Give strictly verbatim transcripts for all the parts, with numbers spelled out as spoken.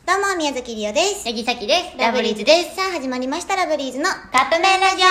どうも、宮崎りおです。 八木咲です。 ラブリーズです。さあ、始まりました、ラブリーズのカップ麺ラジオ。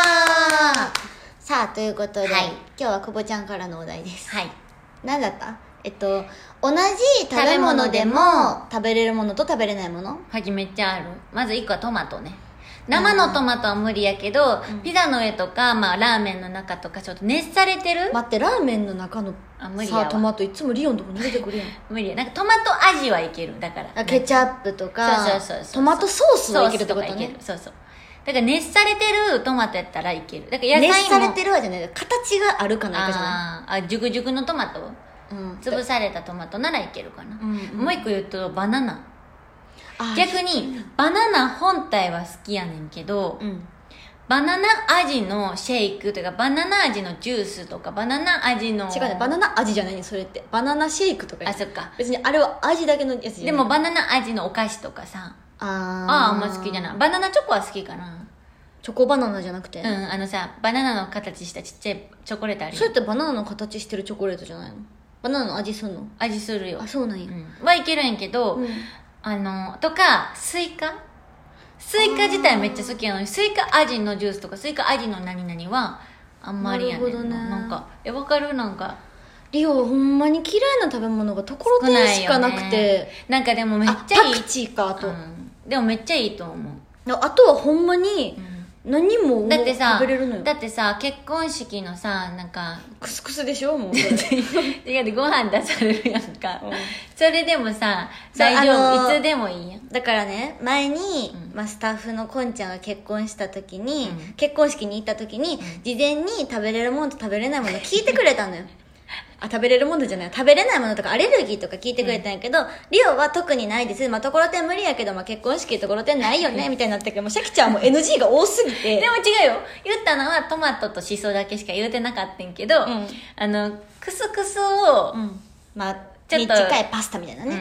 さあ、ということで、 はい、 今日は久保ちゃんからのお題です。 はい。 何だったえっと、同じ食べ物でも、食べれるものと食べれないものはい、めっちゃある。まずいっこはトマトね。生のトマトは無理やけど、うん、ピザの上とか、まあ、ラーメンの中とかちょっと熱されてる。 待って、ラーメンの中のあ無理やわさあトマトいつもリオンとこに出てくるやん。 無理や。なんかトマト味はいける。だからケチャップとか、 そうそうそうそう、 トマトソースはいけるってことね。 そうそう。だから熱されてるトマトやったらいける。だから野菜も熱されてるわじゃない、形があるかないかじゃない。 ああ、ジュクジュクのトマト、うん、潰されたトマトならいけるかな、うんうん、もう一個言うとバナナ。逆にバナナ本体は好きやねんけど、うん、バナナ味のシェイクというかバナナ味のジュースとかバナナ味の違うね、バナナ味じゃないねそれって。バナナシェイクとか。 あ、そっか。 別にあれは味だけのやつじゃない。 でもバナナ味のお菓子とかさ、あああんま好きじゃない。バナナチョコは好きかな。 チョコバナナじゃなくて、 うん、あのさバナナの形したちっちゃいチョコレートあるよ。 それってバナナの形してるチョコレートじゃないの？バナナの味すんの？ 味するよ。 あ、そうなんや、 うん、はいけるんやけど、うん、あのとかスイカスイカ自体めっちゃ好きなのに、スイカ味のジュースとかスイカ味の何々はあんまりやねん。なるほどね。なんかえ分かる。なんかリオほんまに嫌いな食べ物がところてんしかなくて、 なんかでもめっちゃいい。 パクチーか。あと、うん、 でもめっちゃいいと思う。 あとはほんまに、うん何もだってさ食べれるのよ。 だってさ結婚式のさなんかクスクスでしょもう。 違う、ご飯出されるやんか、うん、それでもさ大丈夫、いつでもいいやん。 だからね、前に、うんまあ、スタッフのこんちゃんが結婚した時に、うん、結婚式に行った時に、うん、事前に食べれるものと食べれないもの聞いてくれたのよ。あ、食べれるものじゃない、食べれないものとかアレルギーとか聞いてくれたんやけど、うん、リオは特にないです。まあ、ところてん無理やけど、まあ、結婚式ところてんないよね、みたいになったけど、もうシャキちゃんはもう エヌジー が多すぎて。 でも違うよ。言ったのはトマトとシソだけしか言うてなかったんけど、うん、あの、クスクスを、うん、 まあ、ちょっと短いパスタみたいなね。うんうん。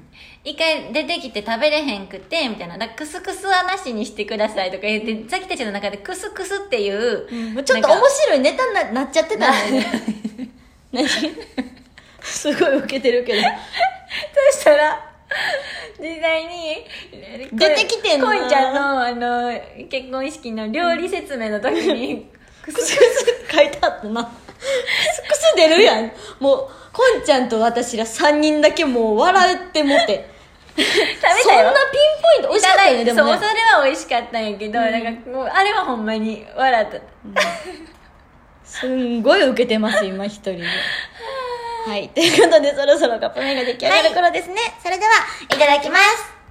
一回出てきて食べれへんくて、みたいな。だからクスクスはなしにしてくださいとか言って、さっきたちの中でクスクスっていう、 うん、ちょっと面白いネタに な, なっちゃってたんだよね。何すごいウケてるけど。 そしたら、実際に、 出てきてんのこんちゃんの、あの、結婚式の料理説明の時に、 クスクス書いてあったな。クスクス出るやん。もう、こんちゃんと私らさんにんだけもう笑ってもて。 食べたよ。 そんなピンポイント美味しかったよね、でもね。 そう、それは美味しかったんやけど、うん、なんかもう、あれはほんまに笑った。うん、 すんごいウケてます、今一人で。はい。ということで、そろそろカップ麺が出来上がる頃ですね。はい、それでは、いただきます。